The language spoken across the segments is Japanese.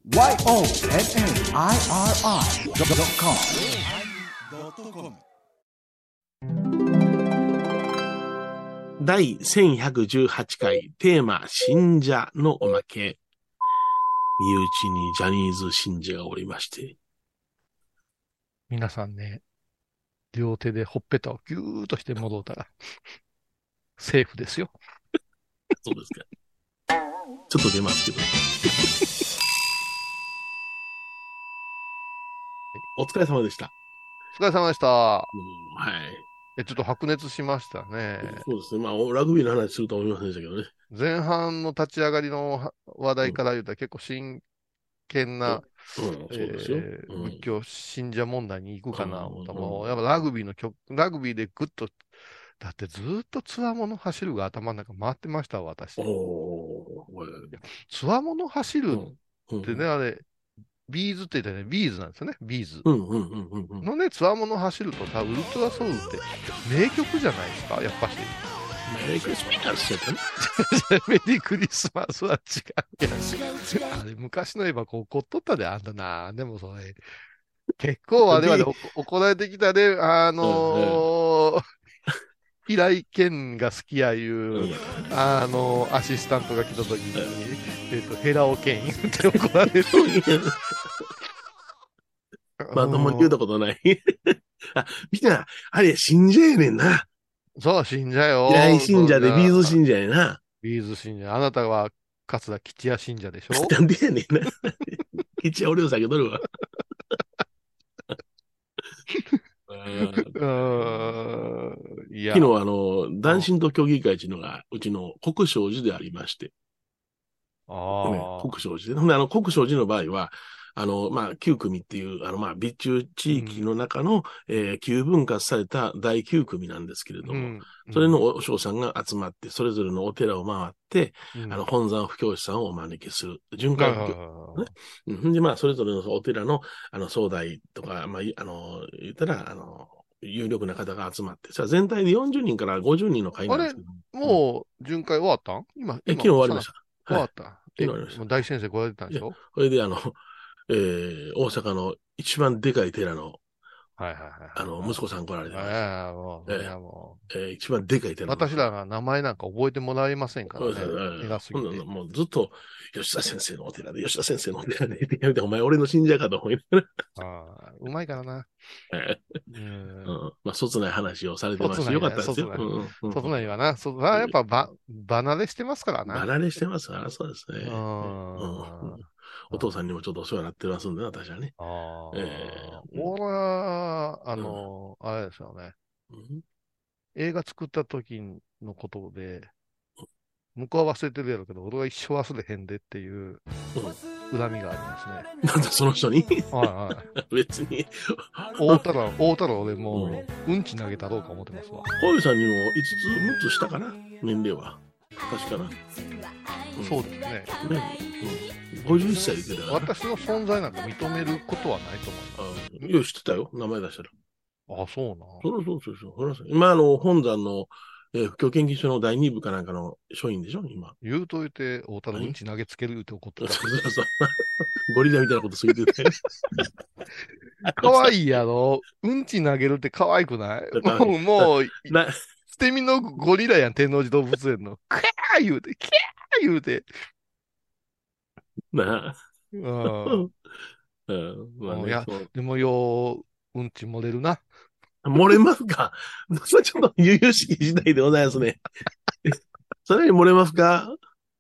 YONNIRI.com 第1118回テーマ信者のおまけ。身内にジャニーズ信者がおりまして。 皆さんね、両手でほっぺたをギューッとして戻ったら、セーフですよ。 そうですか。ちょっと出ますけど。お疲れ様でした。 お疲れ様でした。 はい。 ちょっと白熱しましたね。 そうですね。まあ、ラグビーの話するとは思いませんでしたけどね。 前半の立ち上がりの話題から言うと結構真剣な、 そうですよ。 仏教信者問題に行くかな思ったら、もうやっぱラグビーでぐっと、だってずっとつわもの走るが頭の中回ってましたわ、私。つわもの走るってね、あれ、ビーズって言ったらね、ビーズなんですよね、ビーズ。のね、つわもの走るとさ、ウルトラソウルって名曲じゃないですか、やっぱし。 メリークリスマスやったね。 メリークリスマスは違うやん。あれ、昔の言えばこう怒っとったで、あんたな。でもそれ、結構あれはね、怒られてきたで、平井堅が好きやいう、アシスタントが来た時に、ヘラオケン言って怒られる。 まともに言うたことない。あ、みんな、あれ、信者やねんな。 そう、信者よ。 平井信者でビーズ信者やな。 ビーズ信者。あなたは、桂吉也信者でしょ。 なんでやねんな。吉也俺を下げとるわ。 いや。 昨日、男神と協議会っていうのが、うちの国商寺でありまして。国商寺で。ほんで、国商寺の場合は、まあ、9組っていう、まあ、備中地域の中の、9分割された第9組なんですけれども、それのお嬢さんが集まって、それぞれのお寺を回って、本山布教師さんをお招きする。巡回布教。ね。で、まあ、それぞれのお寺の、総代とか、まあ、言ったら、有力な方が集まって、全体で40人から50人の会なんですけどもう、巡回終わったん昨日終わりました。 終わった。 昨日終わりました。 大先生来られてたんでしょ。 それで、大阪の一番でかい寺の、息子さん来られてました。一番でかい寺の。 私らが名前なんか覚えてもらえませんからね。偉すぎて。 もうずっと、吉田先生のお寺で、吉田先生のお寺で、やめて、お前俺の信者かと思いながら。うまいからな。 まあ、そつない話をされてました。よかったですよ。 そつないわな。やっぱ離れしてますからな。 離れしてますから、そうですね。お父さんにもちょっとお世話になってますんで、私はね。 俺は、あれですよね。映画作った時のことで、向こうは忘れてるやろうけど、俺は一生忘れへんでっていう恨みがありますね。 なんだ、その人に別に。 大太郎でもう、うんち投げたろうか思ってますわ。 小遊さんにも5つ、6つしたかな年齢は。確かな。 そうですね。 51歳で出たから。 私の存在なんか認めることはないと思います。知ってたよ。名前出したら。 そうな。 そう。今、本山の、布教研究所の第2部かなんかの所員でしょ今。 言うと言って、大太郎うんち投げつけるって怒ってた。 そう。ゴリラみたいなことするてて。 かわいいやろ。うんち投げるってかわいくないもう、捨て身のゴリラやん、天王寺動物園の。キャー言うて、キャー言うて。 なあ。 いや、でもよう、うんち漏れるな。 漏れますかそれちょっと悠々しき時代でございますね。それに漏れますか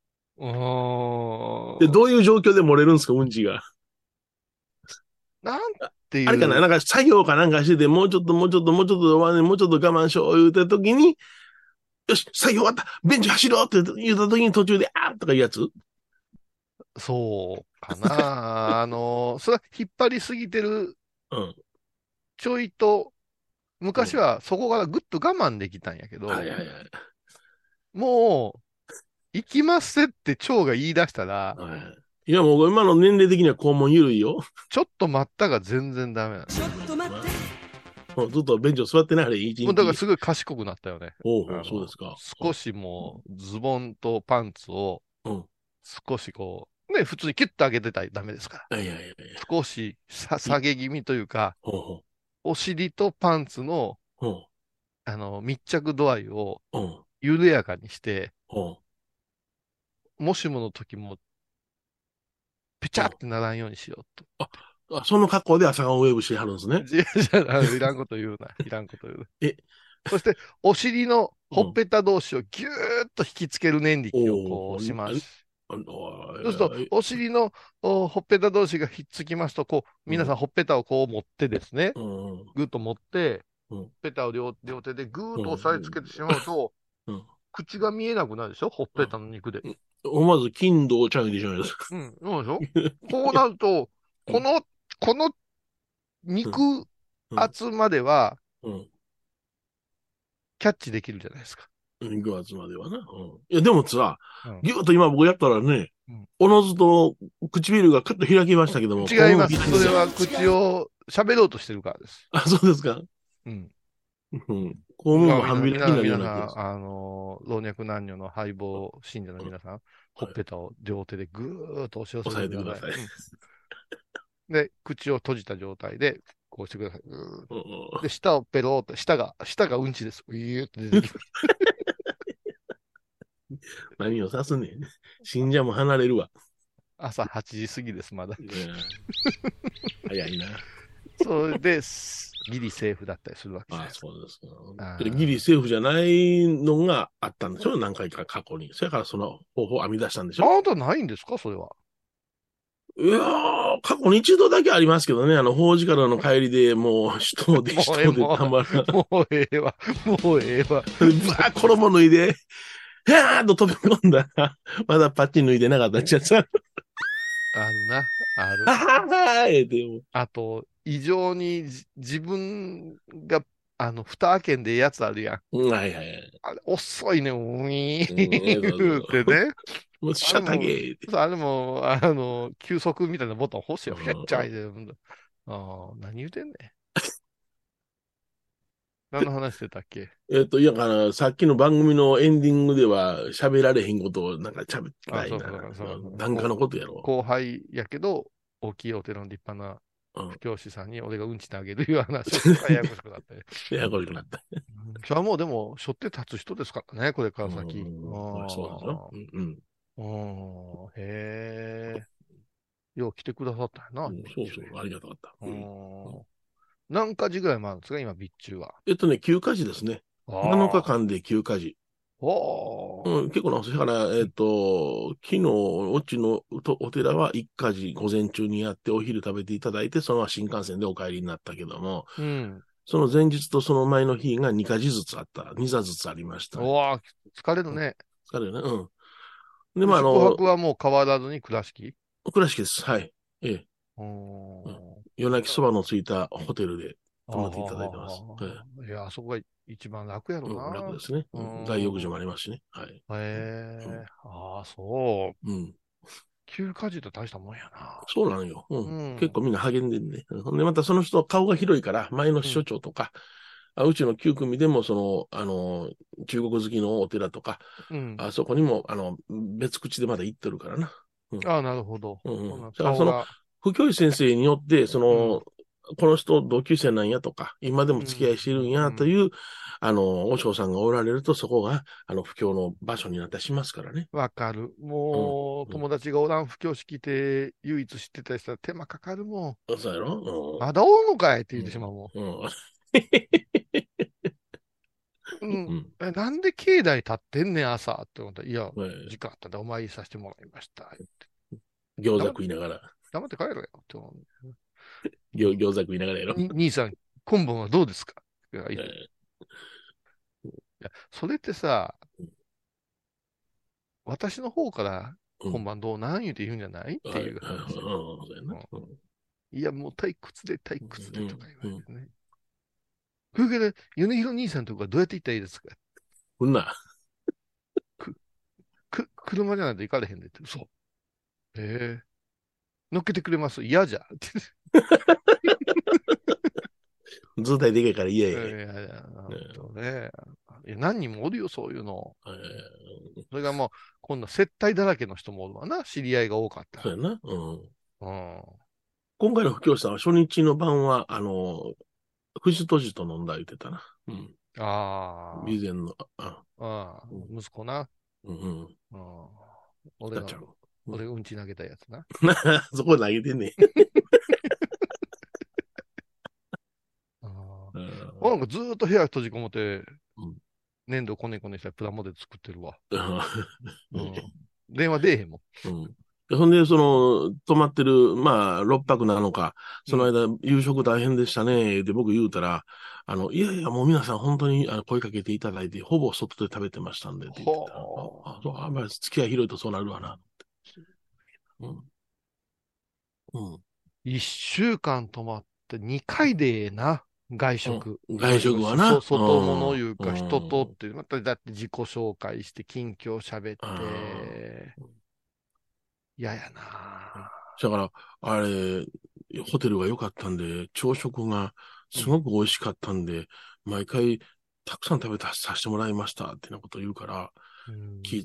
で、どういう状況で漏れるんですか、うんちが。 なんていう。 あれかななんか作業かなんかしてて、もうちょっと我慢しよう言うた時に、よし、作業終わった、ベンチ走ろうって言った時に途中で、あーとかいうやつそうかな。それは引っ張りすぎてる、ちょいと、昔はそこからぐっと我慢できたんやけど、もう、行きますって腸が言い出したら、 いやもう今の年齢的には肛門緩いよ。 ちょっと待ったが全然ダメなの。 ちょっと待って。ずっとベンチを座ってないあれ、一日。 もうだからすごい賢くなったよね。 そうですか。 少しもうズボンとパンツを、少しこう、 面普通にキュッと上げてたらダメですから。 いやいやいや。 少し下げ気味というか、 ほうほお尻とパンツの、 う。ほ密着度合いをう。ほう。 緩やかにして、 ほもしもの時も、ぺちう。ほう。 ゃってならんようにしようと。 その格好で朝顔ウェーブしてはるんですね。 いらんこと言うな。いらんこと言うな。 え、 そして、お尻のうん。 ほっぺた同士をぎゅーっと引きつける念力をこうお押しまー、 す。そうすると、お尻のほっぺた同士がひっつきますと、こう、 うん。 皆さんほっぺたをこう持ってですね、 うん。 ぐっと持って、 うん。 ほっぺたを両手でぐーっうと押さえつけてしまうと、 ん。 口が見えなくなるでしょほっぺたの肉で。 うん。思わず金土をちゃうでしょうよ。 うん、そうでしょこうなると、 うん。 このうん。 肉うん。 厚まではうん。 キャッチできるじゃないですか。 5月まではな。うん。いや、でもさ、 うん。 ぎゅーっと今僕やったらね、 うん、 おのずと唇がカッと開きましたけども、肛門違います。 開いてた。 それは口を喋ろうとしてるからです。 あ、そうですか。 うん。 うん。肛門も半開きになるよう皆さん、 な気がす老若男女の敗る。 北信者のうん。うん。 皆さん、ほっはい。 ぺたを両手でぐーっと押し寄せ押さてください。 えてください。 うん。で、口を閉じた状態で、こうしてください。ぐーっとうん。 で、舌をペローっと、舌がうんちです。うーって出てきます。 何を指すねん。信者も離れるわ。 朝8時過ぎです、まだ。 うん。早いな。 それで、ギリセーフだったりするわけじゃああ、 ないですか。 そうですか。でギリあセーフじゃないのがあったんでしょ何回か過去に。それからその方法を編み出したんでしょあなたないんですかそれは。 いやー、過去に一度だけありますけどね、法事からの帰りでもう人でもうええ、 人でたまらん。 もうええわ。もうええわ。 ぶわー、衣脱いで、ひゃーっと飛び込んだら、まだパッチン脱いでなかったっちゃった。 あるな。ある。 はははーでも、 あと、異常に自分が、蓋開けんでええやつあるやん。 うん、はいはいはい。 あれ、遅いね、ウィうん、そーン言うてうそう。 ね。 もうシャタゲあれも、 ーって。 あれも、休息みたいなボタン押すよ。 うんフェッチャイで。何言うてんねん。何の話してたっけ？ いや、さっきの番組のエンディングでは喋られへんことをなんか喋ってたいな。 そうか、そうか、そうか、そうか。 檀家のことやろ。 後輩やけど、大きいお寺の立派なうん。 布教師さんに俺がうんちしてあげるいう話をしてたらややこしくなって。 ややこしくなった。 それはもうでも、背負って立つ人ですからね、これかうら先。 ん。まあ、そうですよ。うん、うん。 へえ。よう来てくださったよな、 うん、 備中へ。 そうそう。ありがたかった。うん。うん。 何か時ぐらい前なんですか、今、備中は。 9カ時ですね。7 ああ。 日間で9カ時。 おー。 うん、結構な、それから、昨日、うちのお寺は1カ時午前中にやってお昼食べていただいて、そのまま新幹線でお帰りになったけども、 うん。 その前日とその前の日が2カ時ずつあった。2座ずつありました。 おー、疲れるうん。 ね。 疲れるね。うん。で、 で、 まあ、 宿泊はもう変わらずに倉敷？ 倉敷です。はい。ええ。 ううん。 ーん。 夜泣きそばのついたホテルであ泊まっていただいてます。ええ。 あ、いや、あそこが一番楽やろうん、楽でな。 すね。 ううん。大浴場もあーん。 りますしね。はい。 へうん。 え、ああ、そう。 うん。 休暇時と大したもんやな。 そうなのよ。ううん。結構ん。 みんな励んでんね。ほんで、またその人、顔が広いから、前の支うん。 所長とか、うちの9組でも、中国好きのお寺とか、 うん。 あそこにも、別口でまだ行ってるからな。うん。 ああ、なるほど。 うんうん。 ほなだからその、 顔が。 不教師先生によって、 うん。 この人同級生なんやとか、今でうん。 も付き合いしてるんうん。 やという、和尚さんがおられると、そこが、布教の場所になったりしますからね。 わかる。 うん。 もう、 うん。 友達がおらん布教式て唯一知ってたりしたら手間かかるもん。 そうやろ。 まだおるのかいってうん。 言ってしまうもうん。うん。 ん。うん。 うん。 なんで境内立ってんねん、朝って思ったら、いや、 ええ。 時間あったんでお参りさせてもらいました。 餃子黙って、 食いながら、 黙って帰ろよって思う。 餃子食いながらやろ。 兄さん、今晩はどうですか？いや、いえやそれってさ、私の方からうん。 今晩どうなん言うて言うんじゃないっはい。はい。 ていううん。 話。 そうやな。 うん、 うん。 いや、もう退屈で退う屈でとかん。 言わうん。 れてね。それから、米広兄さんとかどうやって行ったらいいですか？ ほんな。 く、車じゃないと行かれへんでって。そう。ええ乗っけてくれます嫌じゃ。って図体でかいから嫌や。 いやいや、 ね本当ね。いや、何人もおるよ、そういうの。 えそれがもう、 今度は接待だらけの人もおるわな。知り合いが多かったら。 そうやな。うん。 うん。 今回の布教師さんは初日の晩は、藤戸寺と飲んだ言ってたな。うん。 あ備前の、 あ、ああ、 うん、 息子な。 うん、うん。 うん。俺の、 使っちゃう。うん。 俺うんち投げたやつな。 そこ投げてんね。 ああ。 う俺なんん。 かずーっと部屋閉じこもって、 うん。 粘土こねこねしたプラモデル作ってるわ。うね。 ん。電話出えへんもうん。でほんで、泊まってる、まあ、6泊なのか、 ん。うん。 その間、夕食大変でしたね、で僕言うたら、いやいや、もう皆さん本当に声かけていただいて、ほぼ外で食べてましたんで、って言ってた。そう、あんまり付き合い広いとそうなるわな。うん。うん。 一週間泊まって2回でええな。外食。 うん。外食はな。う外物いうか人とん。うん。 って、まただって自己紹介して近況喋っあて、 あ。 嫌やな。 だから、あれ、ホテルが良かったんで、朝食がうん。 すごく美味しかったんで、毎回たくさん食べさせてもらいましたってなことを言うから、 うん。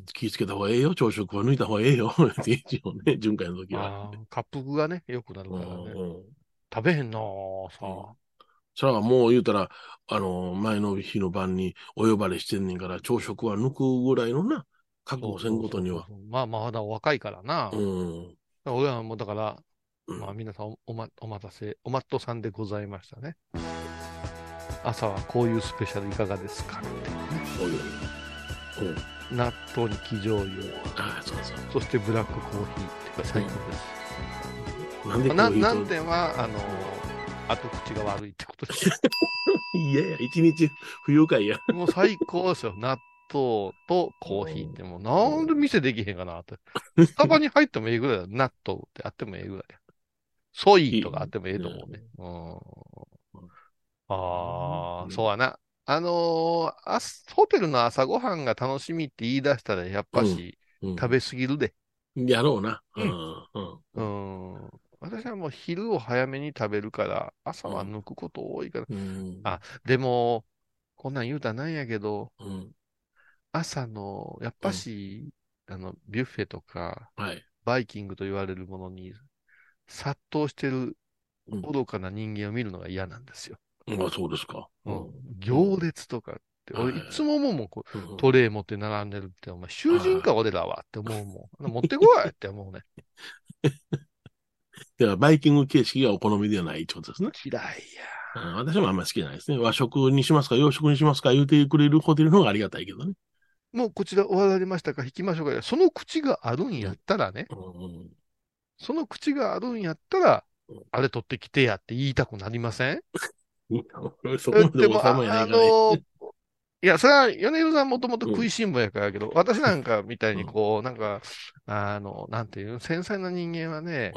気ぃつけた方がええよ、朝食は抜いた方がええよ、って一応ね、巡回の時は。 ああ、滑腹がね、良くなるうからね。 ん、うん、 食べへんなあ、さあ。 うん。それはもう言うたら、前の日の晩にお呼ばれしてんねんから、朝食は抜くぐらいのな、覚悟せんそうそうことには。 そうそうそう。まあまあ、まだお若いからうな。 ん、 俺はもうだから、まあうん、 皆さんお待たせ、おまっとさんでございましたね。朝はこういうスペシャルいかがですかってね。 おいおい。うん。 納豆に生醤油、 ああ、そうそう。 そしてブラックコーヒーっていうか最高です。 なんでコーヒー難と、 点は、後口が悪いってことです。 いやいや、一日不愉快や。 もう最高ですよ。納豆とコーヒーってもうなんで店できへんかなって。スタバに入ってもええぐらいだ。納豆ってあってもええぐらい。ソイいい。 とかあってもええと思うね。 ね。 うん。 うん。 ああ、そううん。 やな。ホテルの朝ごはんが楽しみって言い出したら、やっぱしうん。 食べ過ぎるで。 やろうな。ううん。 ん。うん。ううん。 ん。私はもう昼を早めに食べるから、朝うん。 は抜くこと多いから。 うん。 あ、でも、こんなん言うたらなんやけど、 うん。 朝の、やっぱうん。 し、ビュッフェとか、 はい。 バイキングと言われるものに殺到してるうん。 愚かな人間を見るのが嫌なんですよ。 まあ、そうですか。 うん。 うん。うん。 行列とかって、 はい。 俺いつも思うもん、こう、 うん。 トレイ持って並んでるって、お前囚人かは俺らはって思うもん。持ってこいって思うね。 い。では、バイキング形式がお好みではないってことですね。 嫌いや。 うん、私もあんまり好きじゃないですね。和食にしますか、洋食にしますか、言うてくれるホテルの方がありがたいけどね。 もうこちら終わられましたか引きましょうか。その口があるんやっうん。 たらね、 うん。 その口があるんやったら、 うん。 あれ取ってきてやって言いたくなりません？ そこまででも、 収まりないからね。 いや、それは、米広さんもともとうん。 食いしん坊やからやけど、私なんかみたいうん。 にこう、なんか、なんていう、繊細な人間はね、 うん。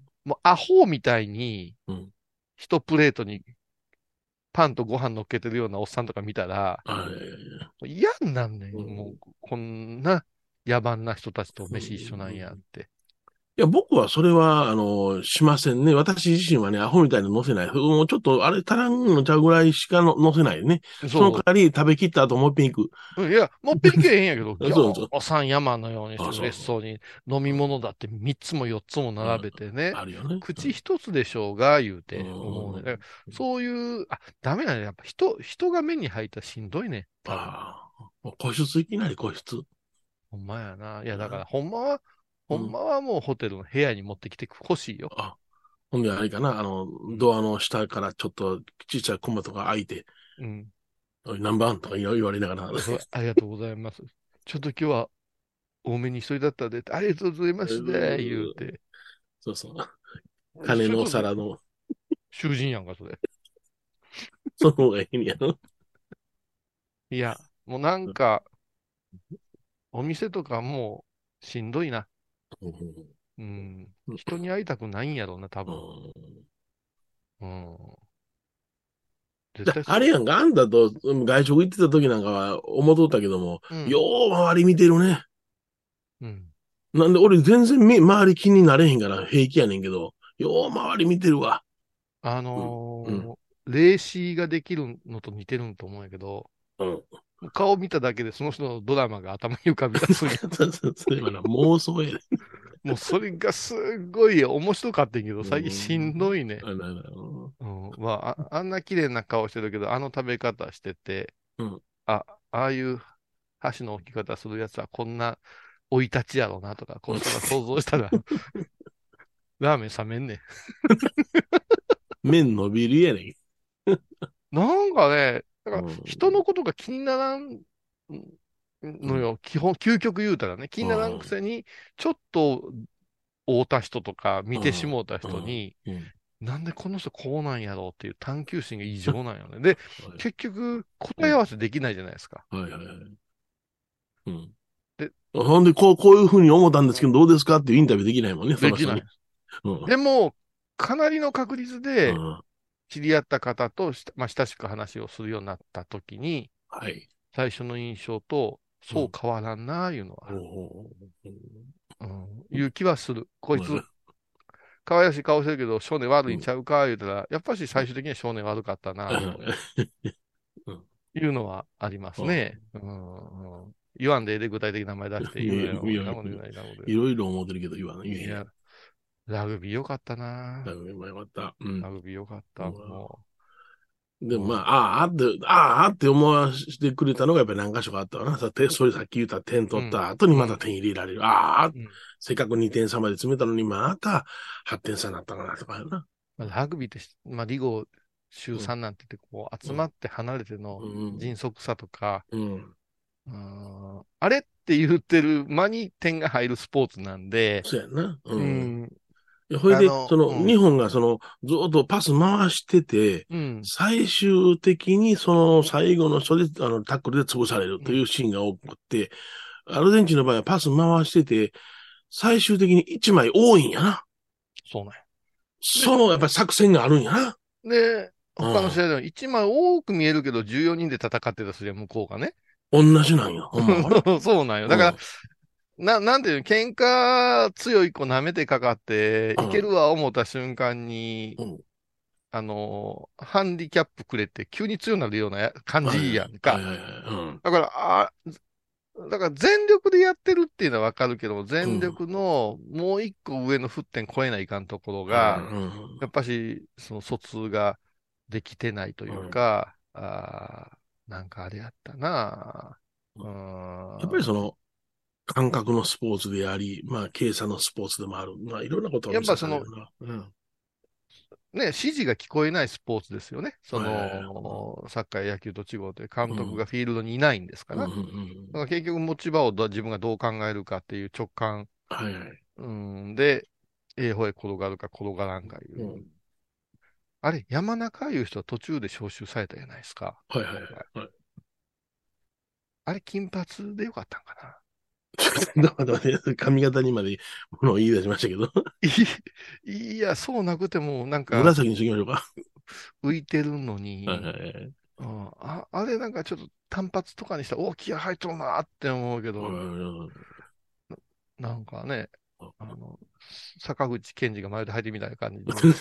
もうアホみたいに、 うん。 一プレートにパンとご飯乗っけてるようなおっさんとか見たら、 あ、いやいやいや。 もう嫌になんねん。 うん。 もう、こんな野蛮な人たちとう飯一緒なんやっん。 て。 いや、僕はそれは、しませんね。私自身はね、アホみたいに乗せない。もうちょっと、あれ、足らんのちゃうぐらいしか乗せないね。その代そわり食べきった後もう一遍行く。 う。いや、もっぺんいけへんやけど、ぎそうそう。 ょうさん山のようにしてあ、そうそ嬉しそうに飲みう。うん。 物だって3つも4つもうん。 並べてね、 あるよね。う口ん。 一つでしょうが、言ううて思うね。だん。 からそういう、ダメだね。やっぱ人が目に入ったらしんどいね。多分。 ああ。もう個室いきなり個室。 ほんまやな。いや、だから、 うん。 ほんまはもうホテルの部屋に持ってきてほしいよ。 あ、ほんであれかな、 うん。 ドアの下からちょっとちっちゃいコマとか開いて、 うん。 おい何番とか言われながら、 ありがとうございます。ちょっと今日は多めに一人だったで、ありがとうございますね、言うて。 そうそう。金のおちょっと皿の、 囚人やんか、それ。 その方がいいんやろ。 いや、もうなんか、お店とかもうしんどいな。 うん。 うん。 うん。 人に会いたくないんやろうな、多う分。 ん。 うん。絶で、 対そあれやんか、あんたと外食行ってた時なんかは思っとったけども、 う。うん。 よう周り見てるね。 うん。 なんで俺全然周り気になれへんから平気やねんけど、よう周り見てるわ。うん。うん。 霊視ができるのと似てるんと思うんやけど、 うん。 顔見ただけでその人のドラマが頭に浮かび出すんや。 それはな、妄想やで。 もうそれがすっごい面白かったんやけど、 う最近しんどいね。 あらら、 うん、まあ、あんな綺麗な顔してるけど、あの食べ方してて、 うん。 あ、ああいう箸の置き方するやつはこんな生い立ちやろうなとか、こうしたら想像したら、ラーメン冷めんねん。 麺伸びるやねん。 なんかね、だからうん。 人のことが気にならんうん。 のよ。基本、究極言うたらね、気にならんくせに、ちょっと会うた人とか見てしうん。 もうたうん。 人に、 うん。 なんでこの人こうなんやろうっていう探求心が異常なんよね。で、 はい。 結局うん。 答え合わせできないじゃないですか。 はいはいはい。うん。 で、 ほんで、こういうふうに思ったんですけど、どうですかっていうインタビューできないもんね、その人に。 できない。 うん。 でも、かなりの確率でうん。 知り合った方とまあ、親しく話をするようになった時に、 はい。 最初の印象とそううん。 変わらんな、いうのは、 おーうん、いう気はする。こいつ、 うん。 可愛らしい顔してるけど、少年悪うん。 いんちゃうか、言うたら、やっぱし最終的には少年悪かったな、とうん。 いうのはありますね。うん、うん、言わんで具体的な名前出して言うなよ。 いや、 いなこと言うな、いなこと言ういろいろ思ってるけど、言えな。いや、 へん。 ラグビーよかったな。 今よかった。うん。 ラグビーよかった。 うん。でもまもあ、ああって思わせてくれたのがやっぱり何箇所かあったわな。それさっき言った点う、う取っん、 た後にまたうん、 点入れられる。ああ、 うん。 せっかく2点差まで詰めたのにまた8点差になったかなとかよな。 まあ、ラグビーってまあ、リゴ週うん、 3なんて言って、こう、 うん、 集まって離れてのうん、 迅速さとか、 うん。 あれって言ってる間に点が入るスポーツなんで、 そうやな。うん。 うん、 いやそれで、日うん、 本がずっとパス回してて、 うん、 最終的に最後の人で、タックルで潰されるうん、 というシーンが多くて、アルゼンチンの場合はパス回してて、最終的に1枚多いんやな。 そうなんや。で、 やっぱり作戦があるんやな。 他の試合でも1枚多く見えるけど14人で戦ってたとすりゃ向こうがね。 うん。同じなんや。ほんまかな。 そうなんよ。だから、 うん。 なんていうの、喧嘩強い子舐めてかかって、いけるうん。 わ思った瞬間に、 うん。 ハンディキャップくれて急に強くなるような感はいじやんか。 はいはいはい。うん。 だから、だから全力でやってるっていうのはわかるけど、 うん。 全力のもう一個上の沸点超えないかんところが、 うん。 やっぱし、その疎通ができてないといううん。 か、なんかあれやったな。うやっぱりーん。 感覚のスポーツであり、まあ、計算のスポーツでもある。まあ、いろんなことを見さやっぱその、 されるな。うん。 ね、指示が聞こえないスポーツですよね。そはいはいはい。 の、サッカーや野球と違うて、監督うん。 がフィールドにいないんですかうん。うら。だかん。 ら結局持ち場を自分がどう考えるかっていう直感、 はいはい。 で、ええ方へ転がるか転がらんかいう。 うん。 あれ、山中いう人は途中で招集されたじゃないですか。 はいはい今回。 はい。 あれ、金髪でよかったんかな。 だからね、髪型にまでものを言い出しましたけど。 いや、そうなくても、なんか、 紫にしときましょうか。 浮いてるのはいはに、 いはい。 あれなんかちょっと単発とかにしたら、気合入っとるなって思うけうど、 ん。 なんかね、あの、坂口健二が前で入ってみたいな感じに、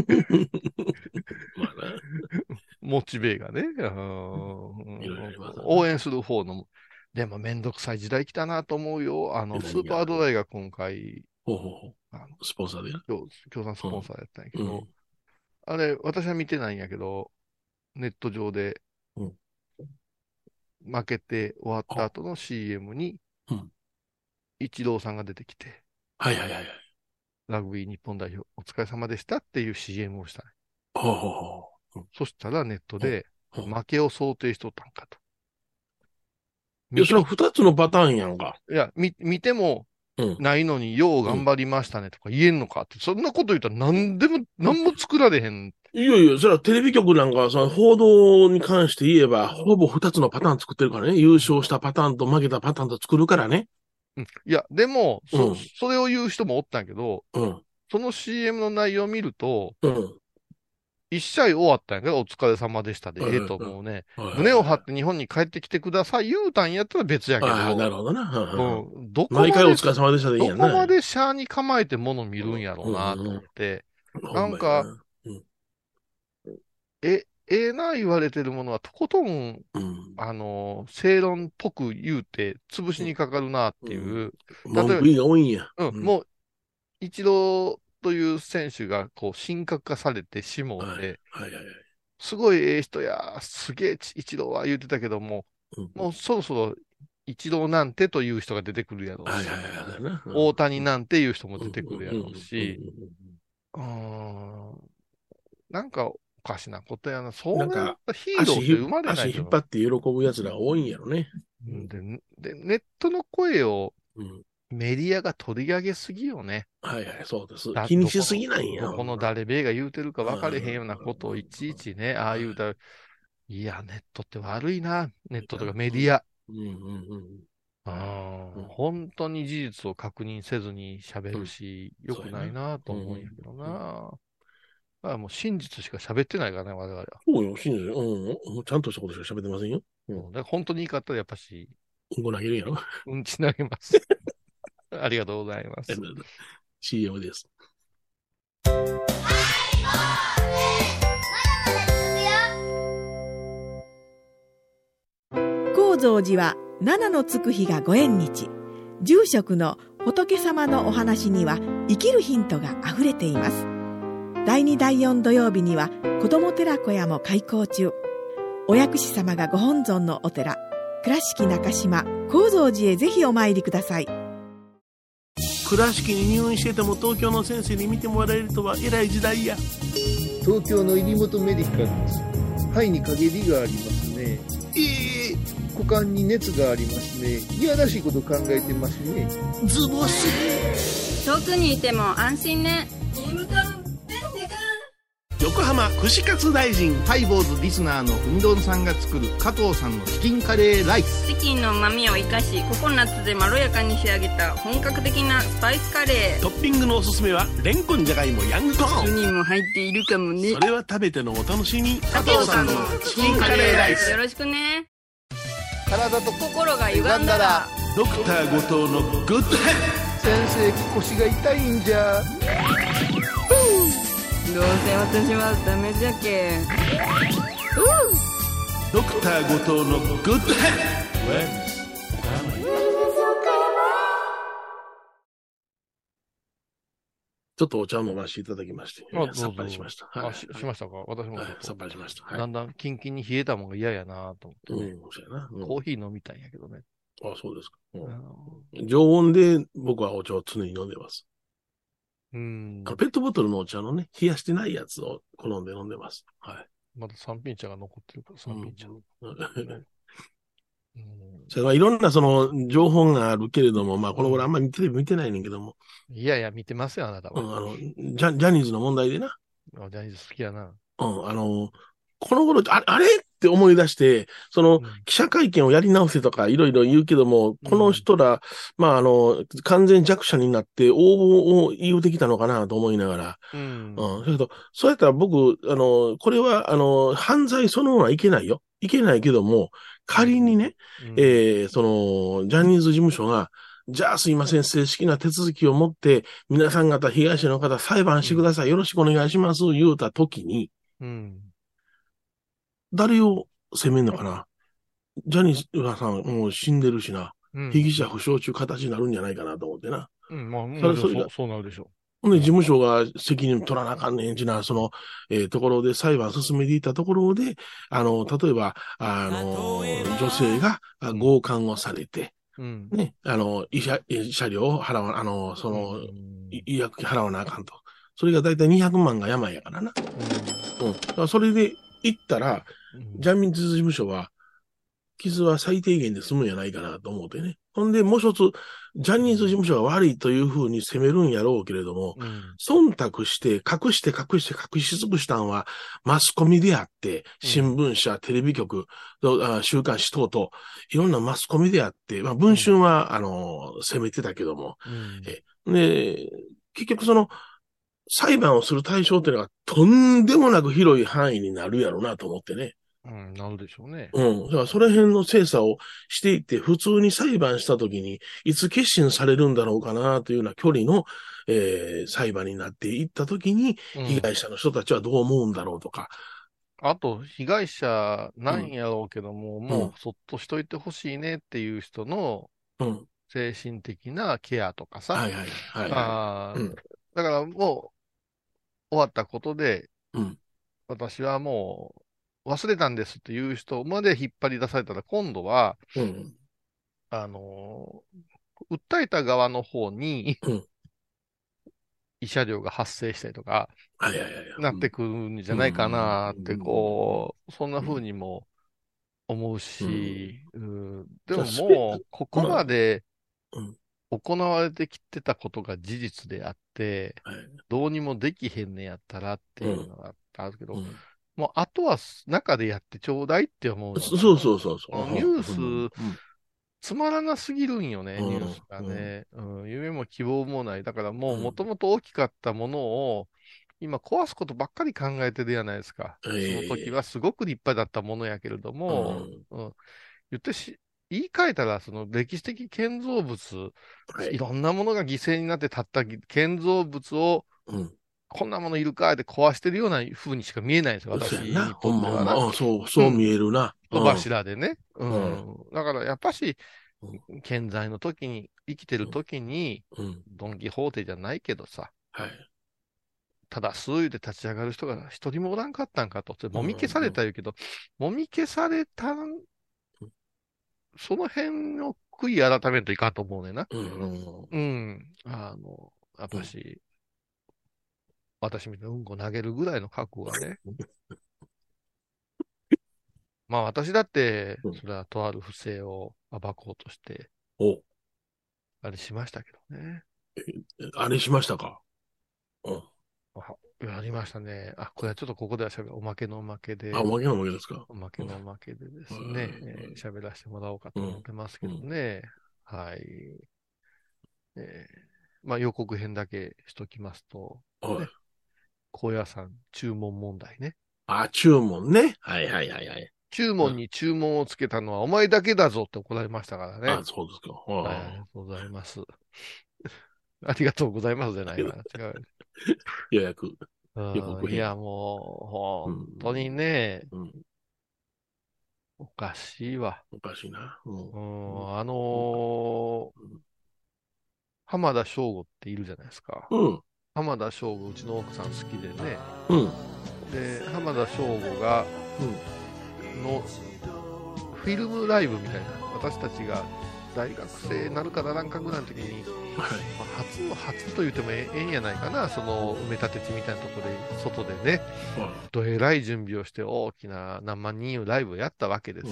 まあな。 モチベがね、 いろいろありますわな。 応援する方の、でもめんどくさい時代来たなと思うよ。スーパー何が。 ドライが今回、 ほうほうほあの、 う。スポンサーでな。 協賛スポンサーやったんやけうん。うど、 ん。 あれ、私は見てないんやけど、ネット上でうん。 負けて終わったあ、 後の CM に、 うん。 イチローさんが出てきて、 はいはいはいはい。 ラグビー日本代表お疲れ様でしたっていう CM をしたね。 ほうほうほう。うん。 そしたらネットうん。 で、 うん。 負けを想定しとったんかと。 いや、それは見ても、 二つのパターンやんか。 いや、見てもうん。 ないのに、よううん。 頑張りましたねとか言えんのかって、そんなこと言ったら何でも、何も作られへん。 いやいや、それはテレビ局なんか、その報道に関して言えば、ほぼ二つのパターン作ってるからね。優うん勝したパターンと負けたパターンと作るからね。 うん、いや、でも、 うん。 それを言う人もおったんやけど、 うん。 その CM の内容を見ると、 うん。 一試合終わったんやけど、お疲れ様でしたで、 はいはいと思うね。 はい。はい胸を張っはいはい。 て日本に帰ってきてください、言うたんやったら別やけああ、など、 るほどな。ははは毎回お疲れ様でしたでいいどやんな。 こまでシャアに構えてもの見うん。 るんやろうなとうん。 思って、 ほなんか、 んまやな。うん。 ええな言われてるものは、とことん、 うん。 正論っぽく言うて、潰しにかかるなっていう。例え文句言いが多いんや。 ば、 うん。 もう、イチローという選手が、こう、神格化されてしもうはい。 て、 はいはいはい。 すごいええ人や、すげえイチローは言ってたけども、 うん。 もうそろそろイチローなんてという人が出てくるやろうし、 はいはいはい。な。うん。 大谷うん。 なんていう人もうん。 出てくるやうん。 ろうし、うーん、なんかおかしなことやな。そうやっなんか、 たヒーローって生まれないと思う。 足引っ張って喜ぶ奴らが多いんやろね。うん。 うんで、ネットの声をうん。 メディアが取り上げすぎよね。 はいはい、そうです。気にしすぎないんや、 どこのほんな。 誰べが言うてるかうん。 分かれへんようなことをいちいちね、ああはい。 言うたら、いや、ネットって悪いな。ネットとかメうん。 ディア。 うん。うん。うん。 本当に事実を確認せずに喋うん。 るし、良くそうやな。 ないなとうん。 思うんやけどうん。 な。だからもう真実しか喋ってないからね、我々は。 そうよ、信じる。うん。ちゃんとしたことしか喋ってませんよ。うん。 で本当に言い方はやっぱし、 うんこ投げるやろ。 うんち投げます。ありがとうございます。 CM です。 高蔵寺は七のつく日がご縁日。住職の仏様のお話には生きるヒントがあふれています。第2第4土曜日には子ども寺小屋も開校中。お薬師様がご本尊のお寺、倉敷中島・高蔵寺へぜひお参りください。 倉敷に入院してても東京の先生に見てもらえるとは偉い時代や。 東京の入本メディカルです。肺に陰りがありますね。股間に熱がありますね。いやらしいこと考えてますね。 ズボス。 遠くにいても安心ね。 横浜串カツ大臣ハイボーズリスナーのうみどんさんが作る加藤さんのチキンカレーライス。 チキンの旨味を生かし、ココナッツでまろやかに仕上げた本格的なスパイスカレー。 トッピングのおすすめはレンコンじゃがいもヤングコーン。 にも入っているかもね。 それは食べてのお楽しみ。 加藤さんのチキンカレーライス。よろしくね。 体と心が歪んだらドクター後藤のグッドヘッ先生、腰が痛いんじゃ。 どうせ私はダメじゃけ。 ドクター後藤のグッドヘッちょっとお茶を飲ませていただきまして、 どうぞさっぱりしました。はい。 しましたか私もちょっと、 さっぱりしました。はい。 だんだんキンキンに冷えたもんが嫌やなと思ってね。 そうやな。 コーヒー飲みたいんやけどね。 あ、そうですか。常温で僕はお茶を常に飲んでます。ペットボトルのお茶のね、冷やしてないやつを好んで飲んでます。はい。 まだ三品茶が残ってるから、三品茶。 それはいろんなその情報があるけれども、まあこの頃あんまりテレビ見てないねんけども。 いやいや、見てますよ、あなたは。 ジャニーズの問題でな。 ジャニーズ好きやな。 この頃、あれって思い出して、その、記者会見をやり直せとかいろいろ言うけども、この人ら、まあ完全弱者になって応募を言うてきたのかなと思いながら。だけど、そうやったら僕、これは、犯罪そのものはいけないよ。いけないけども、仮にね、ジャニーズ事務所が、じゃあすいません、正式な手続きを持って、皆さん方、被害者の方、裁判してください。よろしくお願いします。言うたときに、誰を責めんのかな。ジャニーズさんもう死んでるしな。被疑者不詳中形になるんじゃないかなと思ってな。 まあ、そうなるでしょう。 ほんで、事務所が責任取らなあかんねんちな、その、ところで裁判進めていったところで、例えば、女性が強姦をされて、ね、慰謝料を払わ、医薬費払わなあかんと。それがだいたい200万が病やからな。だからそれで言ったら、ジャニーズ事務所は、傷は最低限で済むんやないかなと思ってね。ほんで、もう一つ、ジャニーズ事務所が悪いというふうに責めるんやろうけれども、忖度して、隠し尽くしたんは、マスコミであって、新聞社、テレビ局、週刊誌等々、いろんなマスコミであって、まあ、文春は、責めてたけども、で、結局その、裁判をする対象っていうのが、とんでもなく広い範囲になるやろうなと思ってね。 なるでしょうね。 だからその辺の精査をしていって、普通に裁判したときに、いつ結審されるんだろうかなというような距離の、裁判になっていったときに、被害者の人たちはどう思うんだろうとか、 あと、被害者なんやろうけども、もうそっとしといてほしいねっていう人の精神的なケアとかさ。 はいはいはいあはい。 だからもう終わったことで、 うん。 私はもう忘れたんですっていう人まで引っ張り出されたら、今度は、 うん。 訴えた側の方にうん。 慰謝料が発生したりとか、 はいはいはい。 なってくるんじゃうん。 ないかなって、 うんそんな風うんにも思ううんし、でじゃあ、 ももう、ここまあ、 までうん。 行われてきてたことが事実であって、 はい。 どうにもできへんねやったらってうん。 いうのがあるけど、 うん。 もうあとは中でやってちょうだいって思うの。 そうそうそうそう。 ニュうん。 ース、つまらなすぎるんよね、 うん。 ニュースがね。夢も希望もない。だからもううん。 元々大きかったものを、今壊すことばっかり考えてるじゃないですか。その時はすごく立派だったものやけれども、言って言い換えたら、その歴史的建造物、いろんなものが犠牲になって立った建造物を、こんなものいるかって壊してるような風にしか見えないんですよ、私にとってはな。 そう見えるな。 戸柱でね。だからやっぱし、健在の時に、生きてる時に、ドン・キホーテじゃないけどさ、ただ数位で立ち上がる人が一人もおらんかったんかと。もみ消された言うけど、もみ消された、その辺を悔い改めんといかんと思うねんな。やっぱし、私みたいなうんこ投げるぐらいの覚悟がね。まあ私だって、それはとある不正を暴こうとして、あれしましたけどね。 あれしましたか？ やりましたね。これはちょっとここではおまけのおまけで。 おまけのおまけですか？ おまけのおまけでですね、喋らせてもらおうかと思ってますけどね。はい。まあ予告編だけしときますと、高野山注文問題ね。 注文ね。はいはいはいはい。 注文に注文をつけたのはお前だけだぞって怒られましたからね。 そうですか。 はい、ありがとうございます。ありがとうございますじゃないかな。違う。 予約。 いや、もう、本当にね、おかしいわ。 おかしいな。 浜田省吾っているじゃないですか。浜田省吾、うちの奥さん好きでね。で、浜田省吾が、の、フィルムライブみたいな、私たちが大学生になるかならんかぐらいの時に、初と言ってもええんやないかな、その埋め立て地みたいなところで、外でね、どえらい準備をして大きな何万人ライブをやったわけですよ。